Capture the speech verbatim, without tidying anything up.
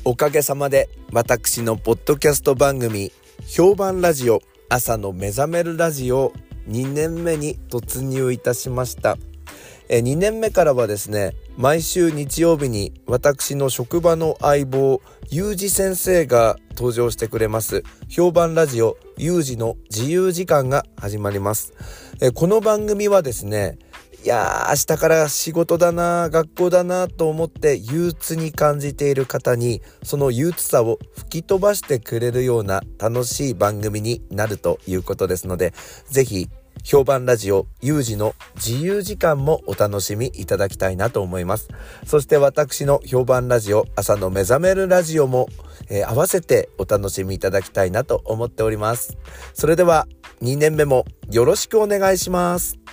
おかげさまで私のポッドキャスト番組評判ラジオ朝の目覚めるラジオにねんめに突入いたしました。えにねんめからはですね、毎週日曜日に私の職場の相棒ゆうじ先生が登場してくれます評判ラジオゆうじの自由時間が始まります。えこの番組はですね、いやー明日から仕事だな学校だなと思って憂鬱に感じている方にその憂鬱さを吹き飛ばしてくれるような楽しい番組になるということですので、ぜひ評判ラジオゆうじの自由時間もお楽しみいただきたいなと思います。そして私の評判ラジオ朝の目覚めるラジオも、えー、合わせてお楽しみいただきたいなと思っております。それではにねんめもよろしくお願いします。